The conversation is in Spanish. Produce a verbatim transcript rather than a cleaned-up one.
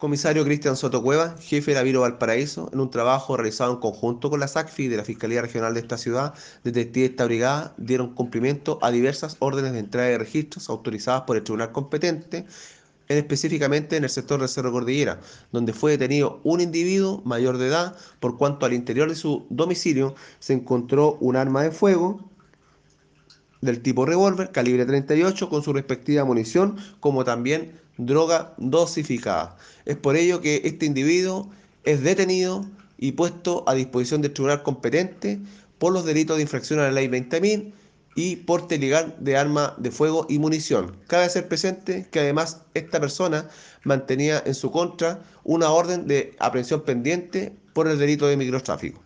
Comisario Cristian Soto Cueva, jefe de la Viro Valparaíso, en un trabajo realizado en conjunto con la S A C F I de la Fiscalía Regional de esta ciudad, detectives de esta brigada dieron cumplimiento a diversas órdenes de entrada de registros autorizadas por el tribunal competente, en específicamente en el sector de Cerro Cordillera, donde fue detenido un individuo mayor de edad, por cuanto al interior de su domicilio se encontró un arma de fuego del tipo revólver calibre treinta y ocho con su respectiva munición, como también droga dosificada. Es por ello que este individuo es detenido y puesto a disposición del tribunal competente por los delitos de infracción a la ley veinte mil y porte ilegal de arma de fuego y munición. Cabe hacer presente que además esta persona mantenía en su contra una orden de aprehensión pendiente por el delito de microtráfico.